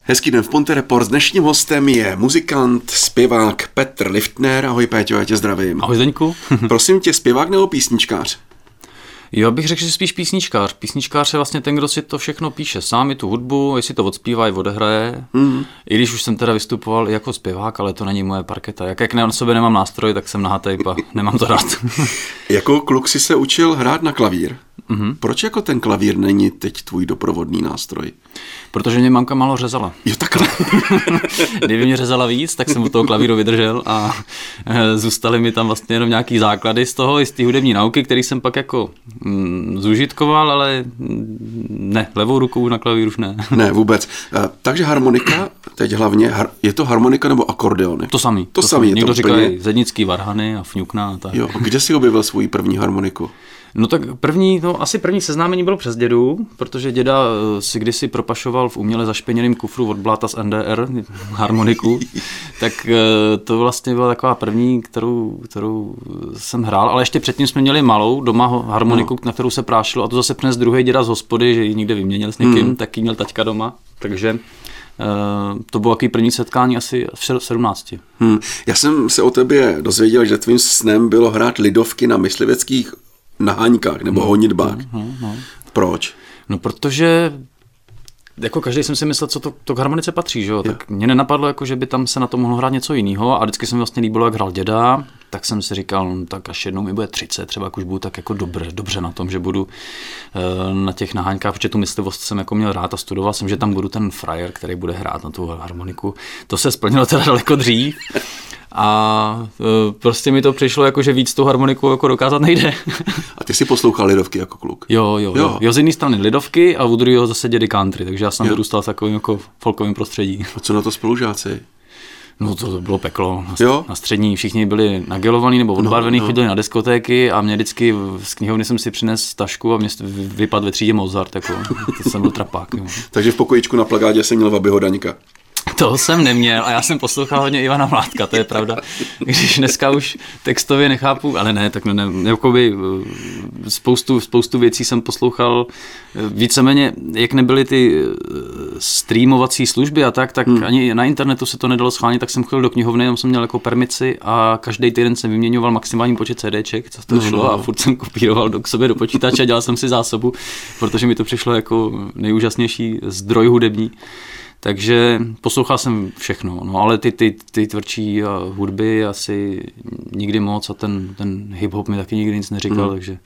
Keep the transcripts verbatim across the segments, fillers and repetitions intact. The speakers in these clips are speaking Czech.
Hezký den v Ponte Report. S dnešním hostem je muzikant, zpěvák Petr Liftner. Ahoj Péťo, já tě zdravím. Ahoj Zdeňku. Prosím tě, zpěvák nebo písničkář? Jo, bych řekl, že spíš písničkář. Písničkář je vlastně ten, kdo si to všechno píše sám, i tu hudbu, jestli to odspívá, i odehraje. Mm. I když už jsem teda vystupoval i jako zpěvák, ale to není moje parketa. Jak, jak na sobě nemám nástroj, tak jsem nahatej a nemám to rád. Jako kluk si se učil hrát na klavír. Mm-hmm. Proč jako ten klavír není teď tvůj doprovodný nástroj? Protože mě mamka málo řezala. Jo, takhle. Kdyby mě řezala víc, tak jsem u toho klavíru vydržel a zůstaly mi tam vlastně jenom nějaký základy z toho, i z té hudební nauky, který jsem pak jako mm, zužitkoval, ale ne, levou rukou na klavíru už ne. Ne, vůbec. Takže harmonika, teď hlavně, je to harmonika nebo akordeony? To samý. To, to samý. Je Někdo to říká úplně... zednický varhany a fňukna a tak. Jo, kde jsi objevil svou první harmoniku? No tak první, no asi první seznámení bylo přes dědu, protože děda si kdysi propašoval v uměle zašpeněném kufru od bláta z N D R harmoniku, tak to vlastně byla taková první, kterou, kterou jsem hrál, ale ještě předtím jsme měli malou doma harmoniku, no. na kterou se prášilo, a to zase přines druhý děda z hospody, že ji někde vyměnil s někým, mm. tak ji měl taťka doma, takže Uh, to bylo takový první setkání asi v sedmnácti. Hmm. Já jsem se o tebě dozvěděl, že tvým snem bylo hrát lidovky na mysliveckých naháňkách nebo no, honitbách. No, no. Proč? No protože jako každý jsem si myslel, co to, to k harmonice patří, že jo? Tak mě nenapadlo, jako, že by tam se na to mohlo hrát něco jiného, a vždycky se mi vlastně líbilo, jak hrál děda, tak jsem si říkal, no, tak až jednou mi bude třicet, třeba jak už budu tak jako dobře, dobře na tom, že budu uh, na těch naháňkách, protože tu myslivost jsem jako měl rád a studoval jsem, že tam budu ten frajer, který bude hrát na tu harmoniku. To se splnilo teda daleko dřív. A uh, prostě mi to přišlo, jako, že víc tu harmoniku jako dokázat nejde. A ty si poslouchal lidovky jako kluk? Jo, jo, jo. jo z jedné strany lidovky a u druhého zase dědy country, takže já jsem vyrůstal v takovým jako folkovým prostředí. A co na to spolužáci? No to, to bylo peklo. Na, na střední všichni byli nagelovaní nebo odbarvení, no, no. chodili na diskotéky a mě vždycky z knihovny jsem si přinesl tašku a mě vypadl ve třídě Mozart, jako, to jsem byl trapák. Jo. Takže v pokojíčku na plakátě jsem měl Vabyho Daňka. To jsem neměl a já jsem poslouchal hodně Ivana Mládka, to je pravda. Když dneska už textově nechápu, ale ne, tak ne, ne jakoby spoustu, spoustu věcí jsem poslouchal víceméně, jak nebyly ty streamovací služby a tak, tak hmm. ani na internetu se to nedalo schválnit, tak jsem chodil do knihovny, tam jsem měl jako permici a každý týden jsem vyměňoval maximální počet CDček, co to no, šlo, no. a furt jsem kopíroval do k sobě do počítače a dělal jsem si zásobu, protože mi to přišlo jako nejúžasnější zdroj hudební. Takže poslouchal jsem všechno, no ale ty, ty, ty tvrdší hudby asi nikdy moc a ten, ten hip-hop mi taky nikdy nic neříkal, mm. takže...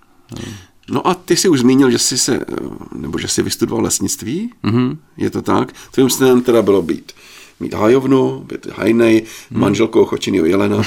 No a ty jsi už zmínil, že jsi se, nebo že jsi vystudoval lesnictví, mm-hmm. je to tak? Tvým snem teda bylo být, mít hajovnu, být hajnej, mm. manželkou Chočinýho jelena.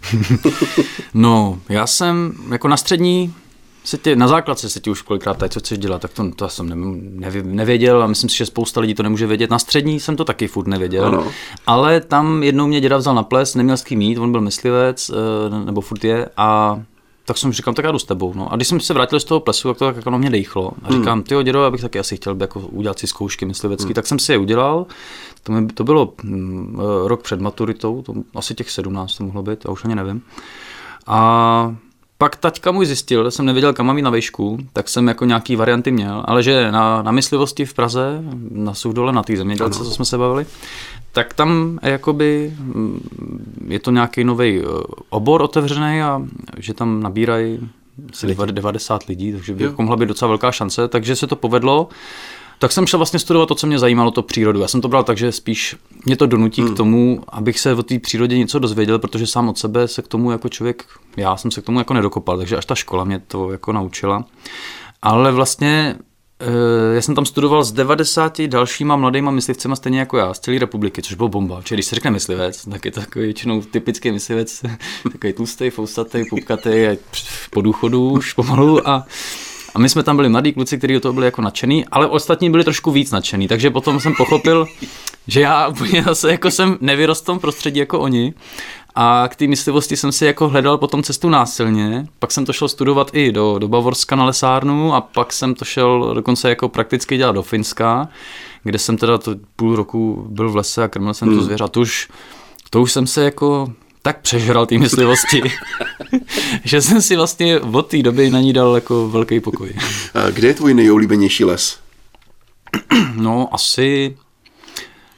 No, já jsem jako na střední, se tě, na základce se ti už kolikrát ptají, co chceš dělat, tak to, to jsem nevě, nevěděl a myslím si, že spousta lidí to nemůže vědět. Na střední jsem to taky furt nevěděl, ano. ale tam jednou mě děda vzal na ples, neměl s kým jít, on byl myslivec, nebo furt je, a tak jsem říkal, tak já jdu s tebou. No. A když jsem se vrátil z toho plesu, tak to tak jako na mě dejchlo. A říkám, tyjo dědo, já bych taky asi chtěl jako udělat si zkoušky myslivecký, hmm. tak jsem si je udělal. To, mi, to bylo mm, rok před maturitou, to asi těch sedmnáct to mohlo být, já už ani nevím. A pak taťka můj zjistil, že jsem nevěděl, kam mám jít na výšku, tak jsem jako nějaký varianty měl, ale že na, na myslivosti v Praze, na Suchdole, na té zemědělce, co jsme se bavili, tak tam jakoby je to nějaký nový obor otevřený a že tam nabírají asi devadesát lidí, takže by jako mohla být docela velká šance, takže se to povedlo. Tak jsem šel vlastně studovat to, co mě zajímalo, to přírodu. Já jsem to bral tak, že spíš mě to donutí hmm. k tomu, abych se o té přírodě něco dozvěděl, protože sám od sebe se k tomu jako člověk, já jsem se k tomu jako nedokopal, takže až ta škola mě to jako naučila. Ale vlastně já jsem tam studoval s devadesáti dalšíma mladýma myslivcema stejně jako já, z celé republiky, což bylo bomba. Čili když se řekne myslivec, tak je to takový většinou typický myslivec, takový tlustý, fousatý, pupkatý, po důchodu už pomalu a A my jsme tam byli mladí kluci, kteří do toho byli jako nadšený, ale ostatní byli trošku víc nadšený, takže potom jsem pochopil, že já úplně zase jako jsem nevyrostl v tom prostředí jako oni a k té myslivosti jsem si jako hledal potom cestu násilně, pak jsem to šel studovat i do, do Bavorska na lesárnu a pak jsem to šel dokonce jako prakticky dělat do Finska, kde jsem teda to půl roku byl v lese a krmil jsem hmm. tu zvěř a to už, to už jsem se jako tak přežral té myslivosti, že jsem si vlastně od té doby na ní dal jako velký pokoj. A kde je tvůj nejoblíbenější les? No asi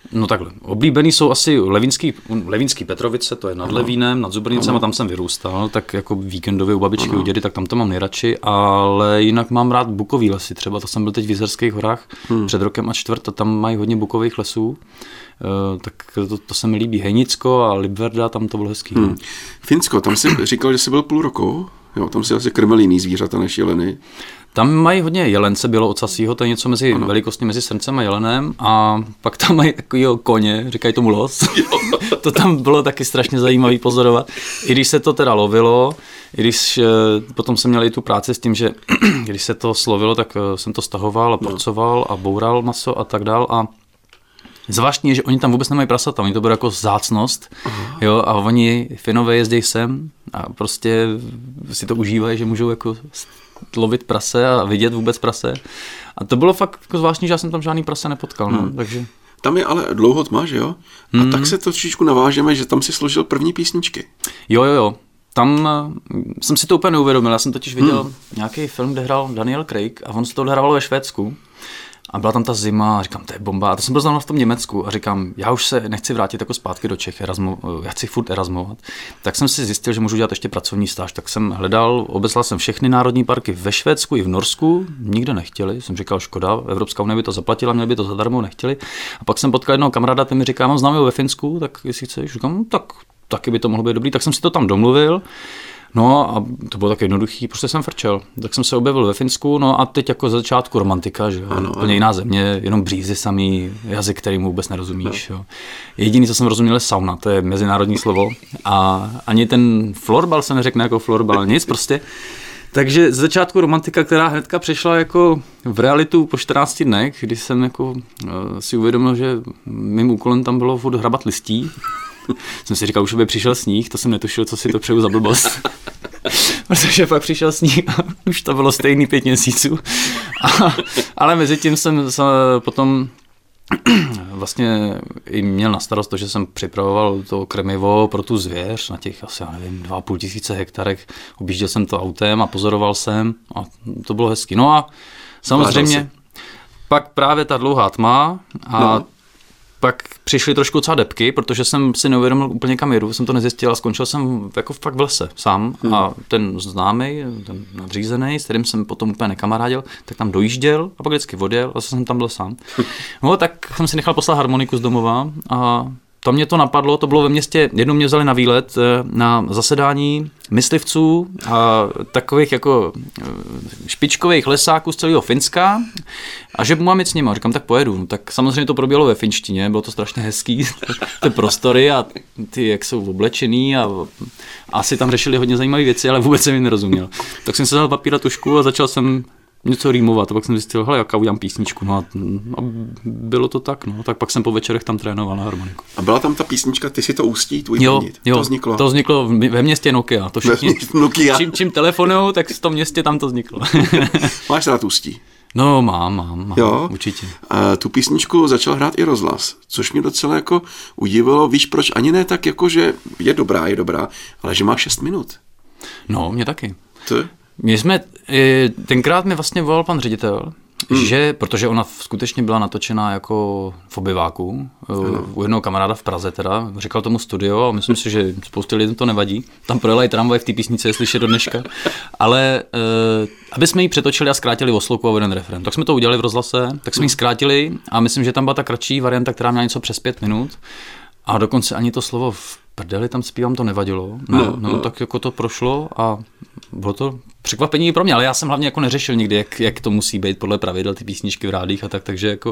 No takhle, oblíbený jsou asi Levínský, Levínský Petrovice, to je nad Levínem, nad Zubrnicem a tam jsem vyrůstal, tak jako víkendově u babičky, ano. u dědy, tak tam to mám nejradši, ale jinak mám rád bukový lesy, třeba to jsem byl teď v Jizerských horách hmm. před rokem a čtvrt a tam mají hodně bukových lesů, uh, tak to, to se mi líbí, Hejnicko a Libverda, tam to bylo hezký. Hmm. Finsko, tam jsi říkal, že jsi byl půl roku, jo, tam si asi krmil jiný zvířata než jeleny. Tam mají hodně jelence běloocasího, to je něco mezi ano. velikostně mezi srncem a jelenem a pak tam mají takovýho koně, říkají tomu los. To tam bylo taky strašně zajímavý pozorovat. I když se to teda lovilo, i když potom jsem měl i tu práci s tím, že když se to slovilo, tak jsem to stahoval a porcoval a boural maso a tak dál a zvláštní je, že oni tam vůbec nemají prasata, oni to bylo jako vzácnost, jo, a oni Finové jezdí sem a prostě si to užívají, že můžou jako lovit prase a vidět vůbec prase. A to bylo fakt jako zvláštní, že já jsem tam žádný prase nepotkal, no, hmm. takže... Tam je ale dlouho tma, že jo? A hmm. tak se to trošičku navážeme, že tam si složil první písničky. Jo, jo, jo. Tam jsem si to úplně neuvědomil, já jsem totiž viděl hmm. nějaký film, kde hrál Daniel Craig a on se to odehrával ve Švédsku. A byla tam ta zima a říkám, to je bomba. A to jsem byl znamená v tom Německu a říkám, já už se nechci vrátit jako zpátky do Čech, Erasmu, já chci furt erasmovat. Tak jsem si zjistil, že můžu dělat ještě pracovní stáž. Tak jsem hledal, obeslal jsem všechny národní parky ve Švédsku i v Norsku, nikdo nechtěli. Jsem říkal, škoda, Evropská unie by to zaplatila, měli by to zadarmo, nechtěli. A pak jsem potkal jednoho kamaráda, ten mi říká, mám známého ve Finsku, tak jestli chceš, říkám, no, tak taky by to mohlo být dobrý. Tak jsem si to tam domluvil. No a to bylo tak jednoduchý, prostě jsem frčel. Tak jsem se objevil ve Finsku, no a teď jako za začátku romantika, že jo, ano, úplně ano. jiná země, jenom břízy samý, jazyk, který mu vůbec nerozumíš, no. jo. Jediný, co jsem rozuměl, je sauna, to je mezinárodní slovo a ani ten florbal se neřekne jako florbal, nic prostě. Takže z začátku romantika, která hnedka přešla jako v realitu po čtrnácti dnech, kdy jsem jako uh, si uvědomil, že mým úkolem tam bylo furt hrabat listí. Jsem si říkal, už by přišel sníh, to jsem netušil, co si to přeju za blbost. Protože pak přišel sníh a už to bylo stejný pět měsíců. A, ale mezi tím jsem se potom vlastně i měl na starost to, že jsem připravoval to krmivo pro tu zvěř na těch asi, já nevím, dva a půl tisíce hektarech. Objížděl jsem to autem a pozoroval jsem a to bylo hezky. No a samozřejmě pak právě ta dlouhá tma a no. Pak přišly trošku docela depky, protože jsem si neuvědomil úplně kam jedu, jsem to nezjistil a skončil jsem jako fakt v lese sám hmm. a ten známý, ten nadřízený, s kterým jsem potom úplně nekamarádil, tak tam dojížděl a pak vždycky odjel a jsem tam byl sám. No tak jsem si nechal poslat harmoniku z domova a tam mě to napadlo, to bylo ve městě, jednou mě vzali na výlet na zasedání myslivců a takových jako špičkových lesáků z celého Finska a že mám jít s nimi. Říkám, tak pojedu. No, tak samozřejmě to proběhlo ve finštině, bylo to strašně hezký, ty prostory a ty, jak jsou oblečený a asi tam řešili hodně zajímavé věci, ale vůbec jsem jim nerozuměl. Tak jsem se vzal papír a tušku a začal jsem něco rýmovat a pak jsem zjistil, hele, jaká udělám písničku, no a, a bylo to tak, no, tak pak jsem po večerech tam trénoval na harmoniku. A byla tam ta písnička Ty si to Ústí, tvůj jo, podnit? Jo, to vzniklo? to vzniklo ve městě Nokia, to všichni, Nokia. čím, čím telefonujou, tak v tom městě tam to vzniklo. Máš rád Ústí? No, mám, mám, mám jo? určitě. A tu písničku začal hrát i rozhlas, což mě docela jako udivilo, víš proč, ani ne tak jako, že je dobrá, je dobrá, ale že má šest minut. No, mě taky. Ty? My jsme, tenkrát mi vlastně volal pan ředitel, hmm. že, protože ona skutečně byla natočená jako v obyváku, ano. u jednoho kamaráda v Praze teda, říkal tomu studio a myslím si, že spoustě lidem to nevadí, tam projela i tramvaj v té písnice, je slyšet do dneška, ale eh, aby jsme ji přetočili a zkrátili o sloku a jeden refren, tak jsme to udělali v rozhlase, tak jsme ji zkrátili a myslím, že tam byla ta kratší varianta, která měla něco přes pět minut a dokonce ani to slovo v prdeli tam zpívám, to nevadilo, no, no, no, no. Tak jako to prošlo a bylo to překvapení pro mě, ale já jsem hlavně jako neřešil nikdy, jak, jak to musí být podle pravidel ty písničky v rádích a tak, takže jako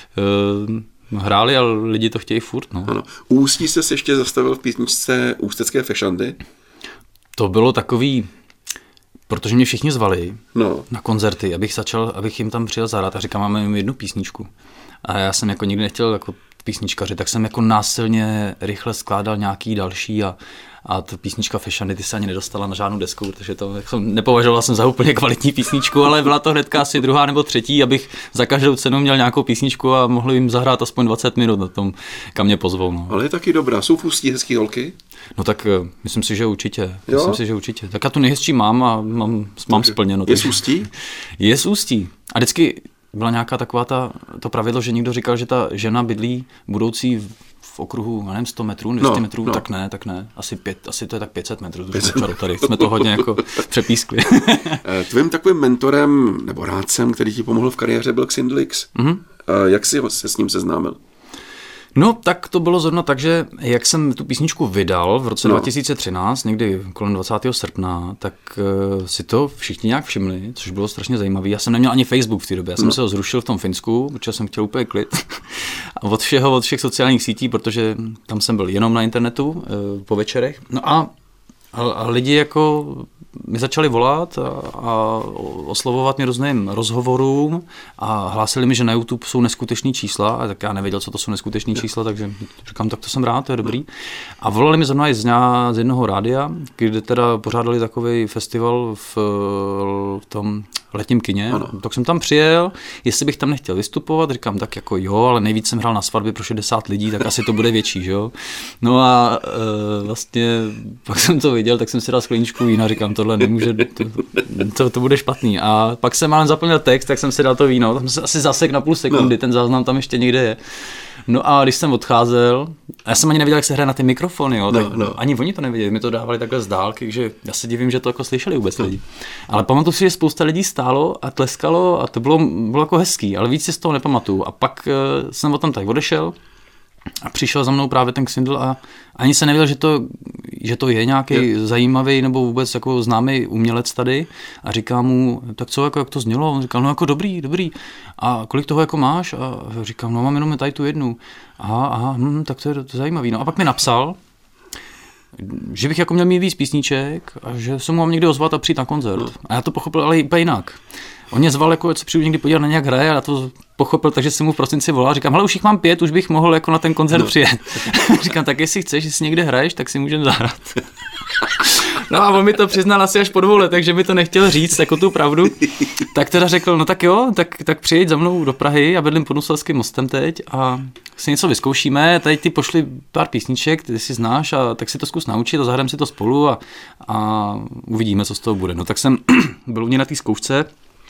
uh, hráli, ale lidi to chtějí furt. No. Ano. Ústí se ještě zastavil v písničce Ústecké fešandy? To bylo takový, protože mě všichni zvali no. na koncerty, abych začal, abych jim tam přijel zahrát a říkám, máme jim jednu písničku. A já jsem jako nikdy nechtěl jako písničkaři, tak jsem jako násilně rychle skládal nějaký další a, a ta písnička Fešandy, ty se ani nedostala na žádnou desku, protože to jako, nepovažoval jsem za úplně kvalitní písničku, ale byla to hnedka asi druhá nebo třetí, abych za každou cenu měl nějakou písničku a mohl jim zahrát aspoň dvacet minut na tom, kam mě pozvou. No. Ale je taky dobrá. Jsou v Ústí hezký holky? No tak myslím si, že určitě. Jo? Myslím si, že určitě. Tak já tu nejhezčí mám a mám, mám splněno. Je z Ústí? Je z Ústí. A vždycky byla nějaká taková ta, to pravidlo, že někdo říkal, že ta žena bydlí budoucí v, v okruhu, nevím, sto metrů, dvě stě no, metrů, no. tak ne, tak ne, asi, pět, asi to je tak pět set metrů, pět set. Tady jsme to hodně jako přepískli. Tvým takovým mentorem nebo rádcem, který ti pomohl v kariéře, byl Xindlix. Mm-hmm. Jak jsi se s ním seznámil? No, tak to bylo zrovna tak, že jak jsem tu písničku vydal v roce no. dva tisíce třináct, někdy kolem dvacátého srpna, tak uh, si to všichni nějak všimli, což bylo strašně zajímavé. Já jsem neměl ani Facebook v té době, já jsem no. se ho zrušil v tom Finsku, protože jsem chtěl úplně klid. A od všeho, od všech sociálních sítí, protože tam jsem byl jenom na internetu uh, po večerech. No a, a, a lidi jako mi začali volat a, a oslovovat mě různým rozhovorům a hlásili mi, že na YouTube jsou neskutečný čísla, a tak já nevěděl, co to jsou neskutečný čísla, takže říkám, tak to jsem rád, to je dobrý. A volali mi zrovna i z, z jednoho rádia, kde teda pořádali takový festival v, v tom letním kině, ano. Tak jsem tam přijel, jestli bych tam nechtěl vystupovat, říkám, tak jako jo, ale nejvíc jsem hrál na svatbě pro šedesát lidí, tak asi to bude větší, že jo. No a e, vlastně pak jsem to viděl, tak jsem si dal skleničku vína, říkám, tohle nemůže, to, to, to bude špatný. A pak jsem mám zapomněl text, tak jsem si dal to víno, tam jsem asi zasek na půl sekundy, no. Ten záznam tam ještě někde je. No a když jsem odcházel, já jsem ani nevěděl, jak se hraje na ty mikrofony, jo, tak no, no. Ani oni to nevěděli, mi to dávali takhle z dálky, že já se divím, že to jako slyšeli vůbec no. lidi. Ale pamatuju si, že spousta lidí stálo a tleskalo a to bylo, bylo jako hezký, ale víc si z toho nepamatuju. A pak uh, jsem o tom tak odešel a přišel za mnou právě ten Xindl a ani se nevěděl, že to, že to je nějaký je. zajímavý nebo vůbec jako známý umělec tady a říká mu, tak co, jako, jak to znělo? On říkal, no jako dobrý, dobrý. A kolik toho jako máš? A říkám, no mám jenom tady tu jednu. Aha, aha, hm, tak to je, to je zajímavý. No a pak mi napsal, že bych jako měl mít víc písniček a že se mu mám někdy ozvat a přijít na koncert. No. A já to pochopil ale úplně jinak. On mě zval, jako, co přijdu někdy podívat na nějak hraje a já to pochopil, takže jsem mu v prosinci volal. Říkám, hele, už jich mám pět, už bych mohl jako na ten koncert no. přijet. Říkám, tak jestli chceš, jestli někde hraješ, tak si můžeme zahrát. No a on mi to přiznal asi až po dvou letech, že mi to nechtěl říct, jako tu pravdu. Tak teda řekl, no tak jo, tak, tak přijeď za mnou do Prahy, já bydlím pod Nuselským mostem teď a si něco vyzkoušíme, tady ty pošli pár písniček, ty si znáš a tak si to zkus naučit a zahrajeme si to spolu a, a uvidíme, co z toho bude. No tak jsem byl u něj na té zkoušce.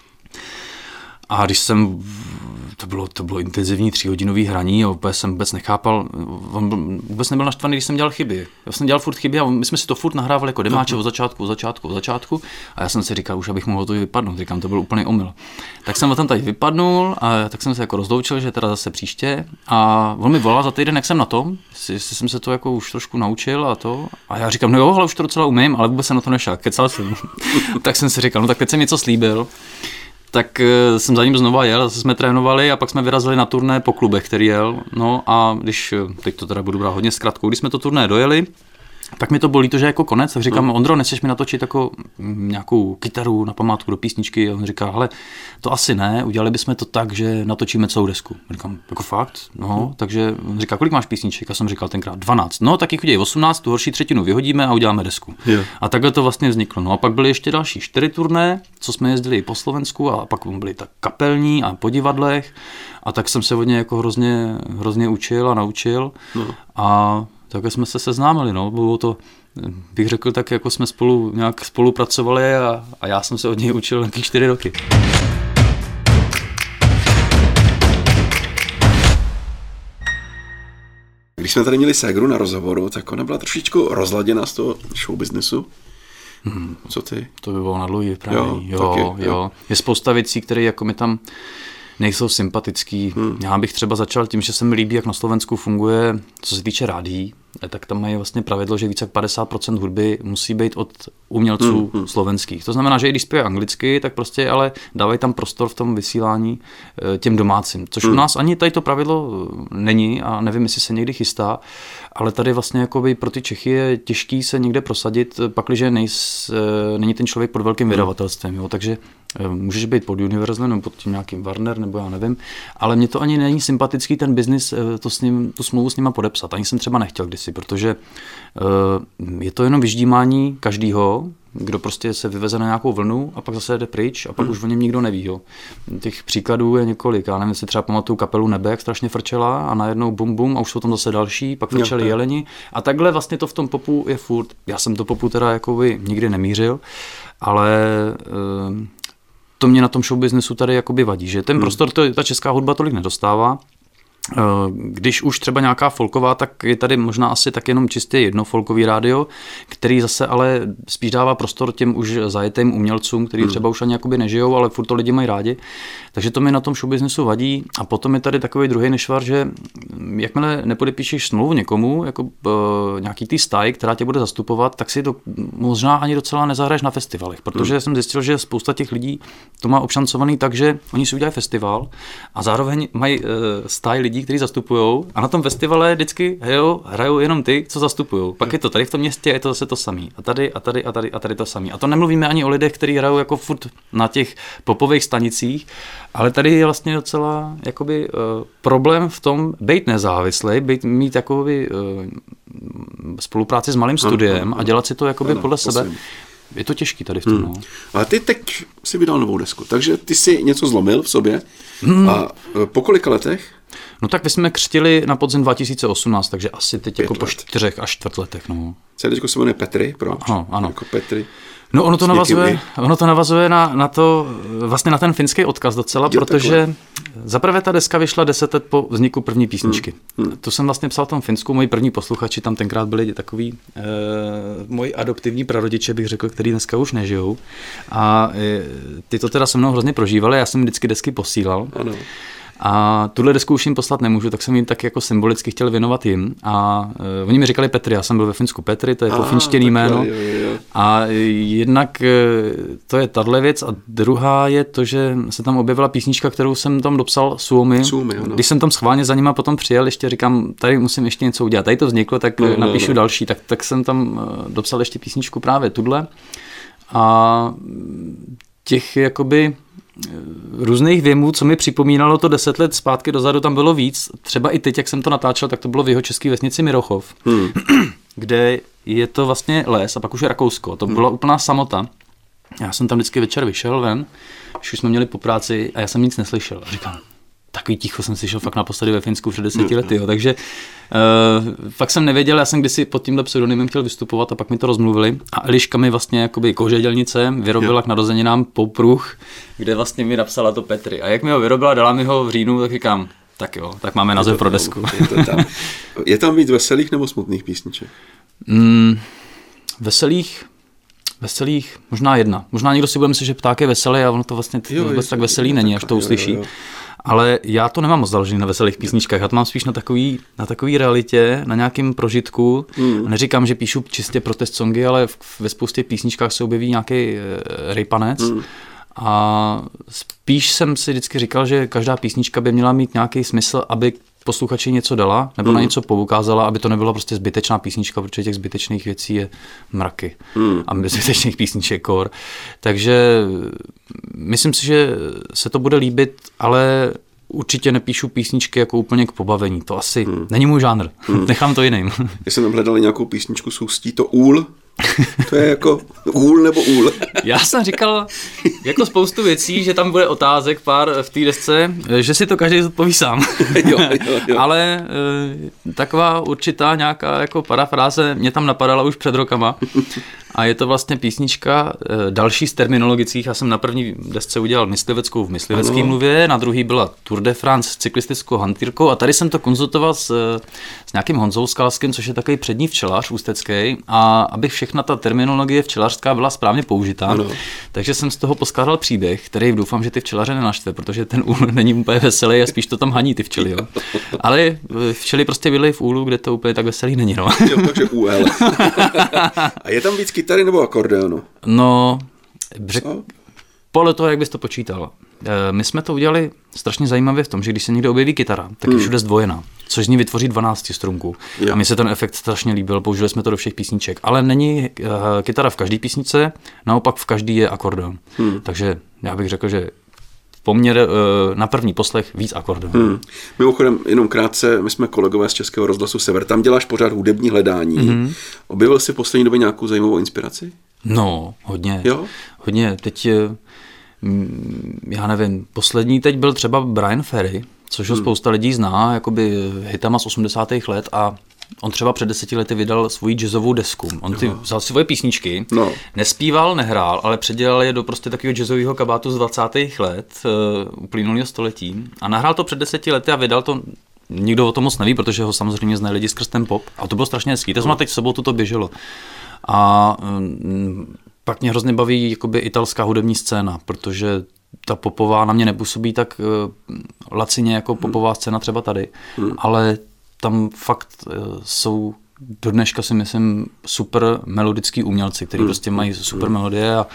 A když jsem, to bylo, to bylo intenzivní tříhodinový hraní a úplně jsem vůbec nechápal, on byl, vůbec nebyl naštvaný, když jsem dělal chyby. Já jsem dělal furt chyby a my jsme si to furt nahrávali jako demáče od začátku, od začátku, od začátku a já jsem si říkal, už abych mohl to vypadnout, říkám, to byl úplný omyl. Tak jsem tam tady vypadnul a tak jsem se jako rozloučil, že teda zase příště a on mi volal za týden, jak jsem na tom, jestli jsem se to jako už trošku naučil a to a já říkám, no jo, ale už to docela umím, ale vůbec jsem na to nešel, kecal jsem. Tak jsem si říkal, no tak teď jsem něco slíbil. Tak uh, jsem za ním znova jel, zase jsme trénovali a pak jsme vyrazili na turné po klubech, který jel. No a když, teď to teda budu brát hodně zkratkou, když jsme to turné dojeli, tak mi to bylo líto, že jako konec, tak říkám, no. Ondro, nechceš mi natočit jako nějakou kytaru na památku do písničky? A on říká, hele, to asi ne, udělali bychom to tak, že natočíme celou desku. A říkám, jako fakt? No, no. Takže on říká, kolik máš písniček? A jsem říkal tenkrát dvanáct. No, tak jich udělej osmnáct, tu horší třetinu vyhodíme a uděláme desku. Jo. A takhle to vlastně vzniklo. No a pak byly ještě další čtyři turné, co jsme jezdili po Slovensku a pak byly tak kapelní a po divadlech. A tak jsem se od něj jako hrozně, hrozně učil a naučil. No. A takhle jsme se seznámili, no, bylo to, bych řekl, tak jako jsme spolu nějak spolupracovali a, a já jsem se od něj učil nějaký čtyři roky. Když jsme tady měli ségru na rozhovoru, tak ona byla trošičku rozladěná z toho showbiznesu. Hmm. Co ty? To by bylo na dlouhý vyprávění. Jo, jo, jo. jo. Je spousta věcí, které jako mi tam nejsou sympatický. Hmm. Já bych třeba začal tím, že se mi líbí, jak na Slovensku funguje, co se týče rádií, tak tam mají vlastně pravidlo, že více jak padesát procent hudby musí být od umělců hmm. slovenských. To znamená, že i když zpívají anglicky, tak prostě ale dávají tam prostor v tom vysílání těm domácím. Což hmm. u nás ani tady to pravidlo není a nevím, jestli se někdy chystá, ale tady vlastně jakoby pro ty Čechy je těžký se někde prosadit, pakliže nejs, není ten člověk pod velkým vydavatelstvem. Jo? Takže můžeš být pod Universalem nebo pod tím nějakým Warner, nebo já nevím, ale mně to ani není sympatický ten biznis, to s ním, tu smlouvu s nima podepsat. Ani jsem třeba nechtěl kdysi, protože uh, je to jenom vyždímání každýho, kdo prostě se vyveze na nějakou vlnu a pak zase jde pryč a pak hmm. už o něm nikdo neví. Jo. Těch příkladů je několik. Já nevím, jestli třeba pamatuju kapelu Nebe, jak strašně frčela a najednou bum bum a už jsou tam zase další, pak frčeli jo, jeleni a takhle vlastně to v tom popu je furt. Já jsem to popu teda jakoby nikdy nemířil, ale uh, to mě na tom showbiznesu tady jakoby vadí, že ten hmm. prostor to, ta česká hudba tolik nedostává. Když už třeba nějaká folková, tak je tady možná asi tak jenom čistě jedno folkový rádio, který zase ale spíš dává prostor těm už zajetým umělcům, kteří hmm. třeba už ani jakoby nežijou, ale furt to lidi mají rádi. Takže to mi na tom showbiznesu vadí. A potom je tady takový druhý nešvar, že jakmile nepodepíšeš smlouvu někomu, jako uh, nějaký tý stáj, která tě bude zastupovat, tak si to možná ani docela nezahraješ na festivalech, protože hmm. jsem zjistil, že spousta těch lidí to má obšancovaný tak, že oni si udělají festival a zároveň mají uh, stáj lidí, kteří zastupujou, a na tom festivale vždycky hrajou, hrajou jenom ty, co zastupujou. Pak je to tady v tom městě, je to zase to samý. A tady, a tady, a tady, a tady to samý. A to nemluvíme ani o lidech, kteří hrajou jako furt na těch popových stanicích, ale tady je vlastně docela jakoby, uh, problém v tom být nezávislý, být, mít jakoby, uh, spolupráci s malým studiem a dělat si to jakoby ano, podle poslední. sebe. Je to těžký tady v tom. Hmm. No. Ale ty teď si vydal novou desku, takže ty si něco zlomil v sobě hmm. a po kolika letech? No tak my jsme křtili na podzim dva tisíce osmnáct, takže asi teď Pět jako let. po čtyřech až čtvrt letech. No. Cédečko se jmenuje Petry, proč? Ano, ano. Jako Petry. No ono to navazuje, ono to navazuje na, na to, vlastně na ten finský odkaz docela, jo, protože zaprvé ta deska vyšla deset let po vzniku první písničky. Hmm. Hmm. To jsem vlastně psal v tom Finsku, moji první posluchači tam tenkrát byli takový eh, moji adoptivní prarodiče, bych řekl, který dneska už nežijou. A eh, ty to teda se mnou hrozně prožívali, já jsem vždycky desky posílal. Ano. A tuhle desku už jim poslat nemůžu, tak jsem jim tak jako symbolicky chtěl věnovat jim. A uh, oni mi říkali Petry, já jsem byl ve Finsku Petry, to je pofinštěný jméno. Jo, jo. A jednak uh, to je tahle věc a druhá je to, že se tam objevila písnička, kterou jsem tam dopsal Suomi. Suomi Když jsem tam schválně za nima potom přijel, ještě říkám, tady musím ještě něco udělat. Tady to vzniklo, tak no, napíšu no, no. další. Tak, tak jsem tam uh, dopsal ještě písničku právě tudle. A těch jakoby různých věmů, co mi připomínalo to deset let zpátky dozadu, tam bylo víc. Třeba i teď, jak jsem to natáčel, tak to bylo v jeho české vesnici Mirochov, hmm. kde je to vlastně les a pak už je Rakousko. To byla úplná samota. Já jsem tam vždycky večer vyšel ven, když už jsme měli po práci a já jsem nic neslyšel. A říkám, takový ticho jsem slyšel fakt naposledy ve Finsku před deseti lety. Jo. Takže uh, fakt jsem nevěděl, já jsem kdysi pod tímhle pseudonymem chtěl vystupovat a pak mi to rozmluvili. A Eliška mi vlastně jakoby kouředělnice vyrobila jo. k narozeninám popruh, kde vlastně mi napsala to Petry. A jak mi ho vyrobila, dala mi ho v říjnu, tak říkám, tak jo, tak máme název pro desku. Je, to tam. Je tam víc veselých nebo smutných písniček? Mm, veselých... Veselých, možná jedna. Možná někdo si bude myslet, že pták je veselý a ono to vlastně jo, vůbec je, tak veselý není, až to uslyší. Jo, jo. Ale já to nemám moc založený na veselých písničkách, já to mám spíš na takový, na takový realitě, na nějakým prožitku. Mm. Neříkám, že píšu čistě protest songy, ale v, ve spoustě písničkách se objeví nějaký e, rejpanec. Mm. A spíš jsem si vždycky říkal, že každá písnička by měla mít nějaký smysl, aby posluchači něco dala, nebo mm. na něco poukázala, aby to nebyla prostě zbytečná písnička, protože těch zbytečných věcí je mraky. Mm. A zbytečných písniček kor. Takže myslím si, že se to bude líbit, ale určitě nepíšu písničky jako úplně k pobavení. To asi mm. není můj žánr. Mm. Nechám to jiným. Já jsem tam hledal nějakou písničku s Ústí, to Úl. To je jako úl nebo úl. Já jsem říkal jako spoustu věcí, že tam bude otázek pár v té desce, že si to každý zodpoví sám. Jo, jo, jo. Ale e, taková určitá nějaká jako parafráze mě tam napadala už před rokama. A je to vlastně písnička e, další z terminologických. Já jsem na první desce udělal mysliveckou v myslivecké mluvě, na druhý byla Tour de France s cyklistickou hantýrkou a tady jsem to konzultoval s, s nějakým Honzou Skalským, což je takový přední včelař ústecký, a abych všechna ta terminologie včelařská byla správně použitá. Ano. Takže jsem z toho poskládal příběh, který doufám, že ty včelaře nenaštve, protože ten úl není úplně veselý a spíš to tam haní ty včely. Jo. Ale včely prostě byly v úlu, kde to úplně tak veselý není. No. Jo, takže úl. A je tam víc kytary nebo akordeonu? No, řek... podle toho, jak bys to počítal. My jsme to udělali strašně zajímavě v tom, že když se někde objeví kytara, tak je hmm. všude zdvojená, což z ní vytvoří dvanáctistrunku. A mně se ten efekt strašně líbil, použili jsme to do všech písniček. Ale není uh, kytara v každé písničce, naopak v každý je akordeon. Hmm. Takže já bych řekl, že poměr uh, na první poslech víc akordeon. Hmm. Mimochodem, jenom krátce, my jsme kolegové z Českého rozhlasu Sever, tam děláš pořád hudební hledání. Hmm. Objevil jsi v poslední době nějakou zajímavou inspiraci? No, hodně. Jo? Hodně. Teď já nevím, poslední teď byl třeba Brian Ferry, což ho hmm. spousta lidí zná, jakoby hitama z osmdesátých let a on třeba před deseti lety vydal svoji jazzovou desku. On ty vzal si svoje písničky, no. nespíval, nehrál, ale předělal je do prostě takového jazzového kabátu z dvacátých let uh, uplynulého století a nahrál to před deseti lety a vydal to. Nikdo o tom moc neví, protože ho samozřejmě znají lidi skrz ten pop. A to bylo strašně hezký. To jsme teď v sobotu to běželo. A um, pak mě hrozně baví jakoby italská hudební scéna, protože ta popová na mě nepůsobí tak uh, lacině jako popová scéna třeba tady, hmm. ale tam fakt uh, jsou do dneška si myslím super melodický umělci, kteří hmm. prostě mají super hmm. melodie a,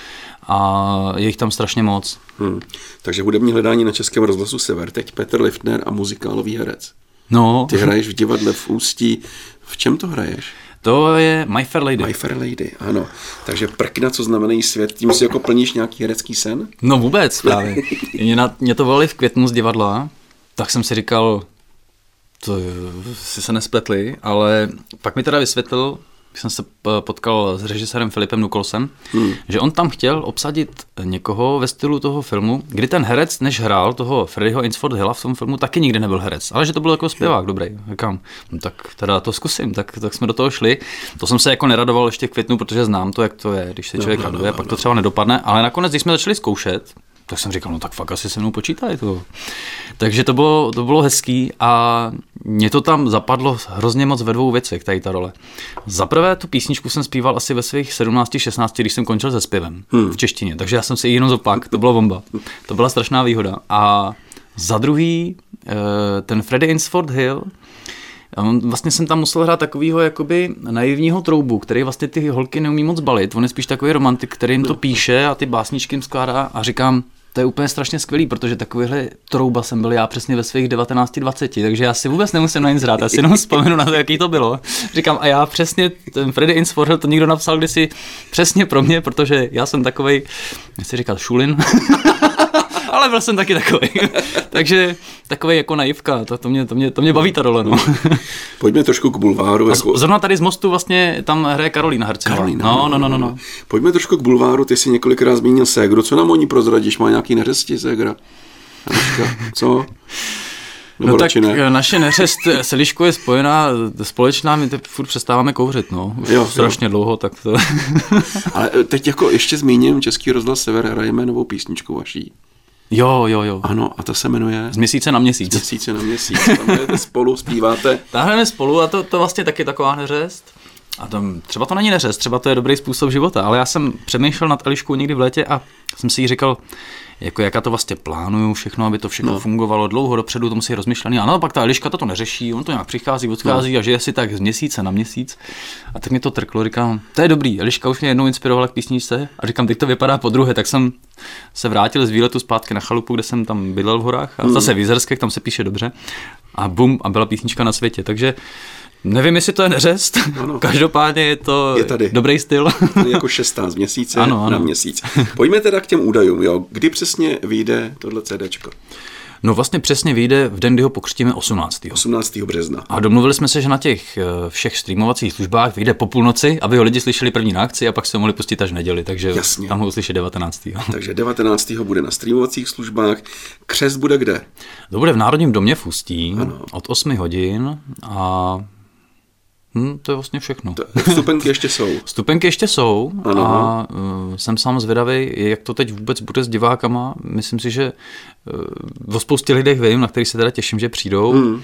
a je jich tam strašně moc. Hmm. Takže hudební hledání na Českém rozhlasu Sever. Teď Petr Liftner a muzikálový herec. No. Ty hraješ v divadle v Ústí. V čem to hraješ? To je My Fair Lady. My Fair Lady, ano. Takže prkna, co znamenají svět, tím si jako plníš nějaký herecký sen? No vůbec právě. mě, na, mě to volali v květnu z divadla, tak jsem si říkal, to si se nespletli, ale pak mi teda vysvětlil, když jsem se potkal s režisérem Filipem Nukolsem, hmm. že on tam chtěl obsadit někoho ve stylu toho filmu, kdy ten herec, než hrál toho Freddieho Insford Hilla v tom filmu, taky nikdy nebyl herec, ale že to byl jako zpěvák dobrý. Říkám, no tak teda to zkusím, tak, tak jsme do toho šli. To jsem se jako neradoval ještě v květnu, protože znám to, jak to je, když se člověk no, raduje, no, no, pak to třeba nedopadne, ale nakonec, když jsme začali zkoušet, tak jsem říkal, no tak fakt asi se mnou počítají to. Takže to bylo, to bylo hezký a mě to tam zapadlo hrozně moc ve dvou věcech, tady ta role. Za prvé tu písničku jsem zpíval asi ve svých sedmnácti šestnácti, když jsem končil se zpěvem hmm. v češtině, takže já jsem si ji jenom zopak, to bylo bomba. To byla strašná výhoda. A za druhý, ten Freddie Insford Hill, vlastně jsem tam musel hrát takovýho jakoby naivního troubu, který vlastně ty holky neumí moc balit. On je spíš takový romantik, který jim to píše a ty básničky jim skládá a říkám, to je úplně strašně skvělý, protože takovýhle trouba jsem byl já přesně ve svých devatenácti dvaceti, takže já si vůbec nemusím na nic hrát, já si jenom vzpomenu na to, jaký to bylo. Říkám, a já přesně, ten Freddie Insford Hill to někdo napsal kdysi přesně pro mě, protože já jsem takovej, nechci říkat šulin, ale byl jsem taky takový. Takže takový jako naivka, to, to, mě, to, mě, to mě baví ta role. No. Pojďme trošku k bulváru. Jako... Zrovna tady z Mostu vlastně tam hraje Karolína Hercenová. Karolína, no, no, no, no, no. Pojďme trošku k bulváru, ty jsi několikrát zmínil ségru. Co nám o ní prozradíš? Má nějaký neřesti ségra? Anička, co? Nebo no tak ne? Naše neřest s Eliškou je spojená, společná, my teď furt přestáváme kouřit, no. Už jo, strašně jo. dlouho, tak to... Ale teď jako ještě zmíním, Český rozhlas Sever hrajeme novou písničku vaší. Jo, jo, jo. Ano, a to se jmenuje? Z měsíce na měsíc. Z měsíce na měsíc. Tam jdete spolu, zpíváte. Tam hrajeme spolu a to, to vlastně taky taková neřest. A tam, třeba to není neřest, třeba to je dobrý způsob života, ale já jsem přemýšlel nad Eliškou někdy v létě a jsem si jí říkal, jako jak já to vlastně plánuju všechno, aby to všechno no. fungovalo dlouho dopředu, to musí rozmyšlený. A no, pak ta Eliška to neřeší, on to nějak přichází, odchází no. a žije si tak z měsíce na měsíc. A tak mě to trklo, říkám, to je dobrý, Eliška už mě jednou inspirovala k písničce a říkám, teď to vypadá po druhé, tak jsem se vrátil z výletu zpátky na chalupu, kde jsem tam bydlel v horách a zase v Jizerských, tam se píše dobře. A bum, a byla písnička na světě, takže nevím, jestli to je neřest, ano. Každopádně je to je tady. Dobrý styl. Tady jako šestnáct měsíce ano, ano. na měsíc. Pojďme teda k těm údajům, jo. Kdy přesně vyjde tohle CDčko? No vlastně přesně vyjde v den, kdy ho pokřtíme osmnáctého osmnáctého března. A domluvili jsme se, že na těch všech streamovacích službách vyjde po půlnoci, aby ho lidi slyšeli první na akci a pak se ho mohli pustit až v neděli, takže Jasně. tam ho uslyší devatenáctého Takže devatenáctého bude na streamovacích službách. Křest bude kde? To bude v Národním domě v Ústí ano. od osmi hodin a Hmm, to je vlastně všechno. Vstupenky ještě jsou. Vstupenky ještě jsou ano. a uh, jsem sám zvědavý, jak to teď vůbec bude s divákama. Myslím si, že uh, o spoustě lidech vím, na kterých se teda těším, že přijdou hmm.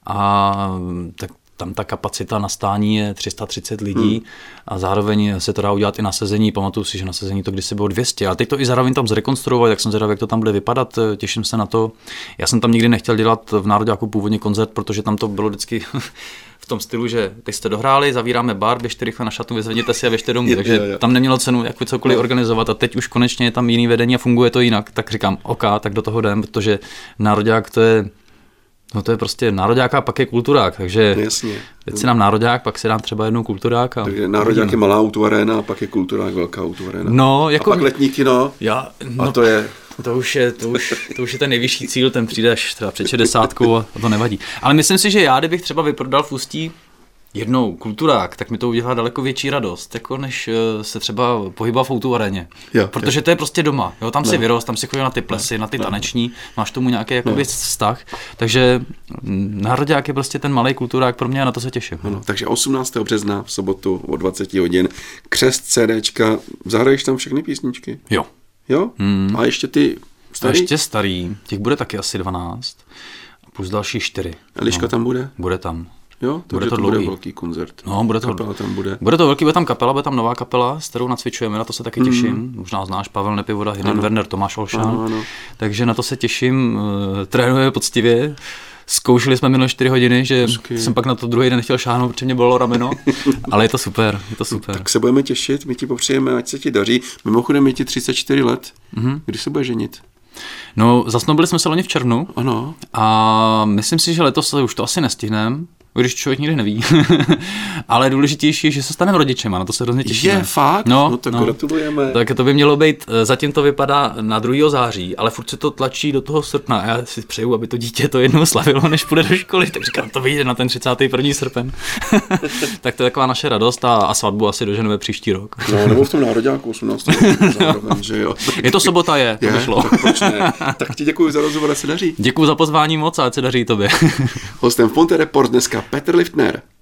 a tak tam ta kapacita na stání je tři sta třicet lidí hmm. a zároveň se to dá udělat i na sezení. Pamatuju si, že na sezení to kdysi bylo dvě stě, ale teď to i zároveň tam zrekonstruovat, jak jsem zvědavý, jak to tam bude vypadat, těším se na to. Já jsem tam nikdy nechtěl dělat v Nároďáku původně koncert, protože tam to bylo vždycky v tom stylu, že teď jste dohráli, zavíráme bar, běžte rychle na šatu, vyzvedněte si a běžte domů, je, takže je, je. tam nemělo cenu jako cokoliv organizovat a teď už konečně je tam jiný vedení a funguje to jinak, tak říkám, OK, tak do toho jdem, protože Nároďák to je No to je prostě nároďák a pak je kulturák, takže Jasně. teď si dám nároďák, pak si dám třeba jednou kulturák. A... Takže nároďák je malá autoaréna a pak je kulturák velká autoaréna. No, jako... A pak letní kino Já, no, a to je... To už je, to, už, to už je ten nejvyšší cíl, ten přijde až třeba před šedesátkou a to nevadí. Ale myslím si, že já, kdybych třeba vyprodal v Ústí jednou kulturák, tak mi to udělá daleko větší radost, jako než se třeba pohybá v Outu aréně. Jo, protože jo. to je prostě doma. Jo? Tam no. si vyrost, tam si chodil na ty plesy, no. na ty taneční, máš tomu nějaký jakoby, no. vztah. Takže nároďák je prostě ten malý kulturák pro mě a na to se těším. Ano, takže osmnáctého března v sobotu o dvacet hodin křest CDčka. Zahraješ tam všechny písničky? Jo. Jo? Hmm. A ještě ty starý? A ještě starý. Těch bude taky asi dvanáct. Plus další čtyři. Eliška no. tam bude? Bude tam. Jo, takže to, to bude velký koncert. No, bude to, kapela tam bude. Bude to velký, bude tam kapela, bude tam nová kapela, s kterou nacvičujeme, na to se taky těším. Mm. Možná znáš Pavel Nepivoda, Hidden Werner, Tomáš Olšan. Ano, ano. Takže na to se těším, trénujeme poctivě. Zkoušeli jsme minulé čtyři hodiny, že Hezky. jsem pak na to druhý den nechtěl šáhnout, protože mě bolelo rameno, ale je to super, je to super. Tak se budeme těšit, my ti popřejeme, ať se ti daří. Mimochodem je ti třicet čtyři let, mm-hmm. Kdy se bude ženit? No, zasnoubili jsme se loni v červnu. Ano. A myslím si, že letos už to asi nestihneme, když člověk nikdy neví. Ale důležitější je, že se staneme rodičema, na to se hrozně těšíme. Je fakt? No, no tak no. gratulujeme. Tak to by mělo být, zatím to vypadá na druhého září, ale furt se to tlačí do toho srpna. Já si přeju, aby to dítě to jednou slavilo, než půjde do školy, tak říkám, to vyjde na ten třicátý první srpen. Tak to je taková naše radost a, a svatbu asi doženeme příští rok. No, nebo v tom nároďáku osmnáctého zároveň, že jo. Je to sobota, je, to je, vyšlo. Tak, proč ne? Tak ti děkuji za rozhovor, ať se daří. Děkuji za pozvání moc a ať se daří tobě. Hostem v Ponte Report dneska Petr Liftner.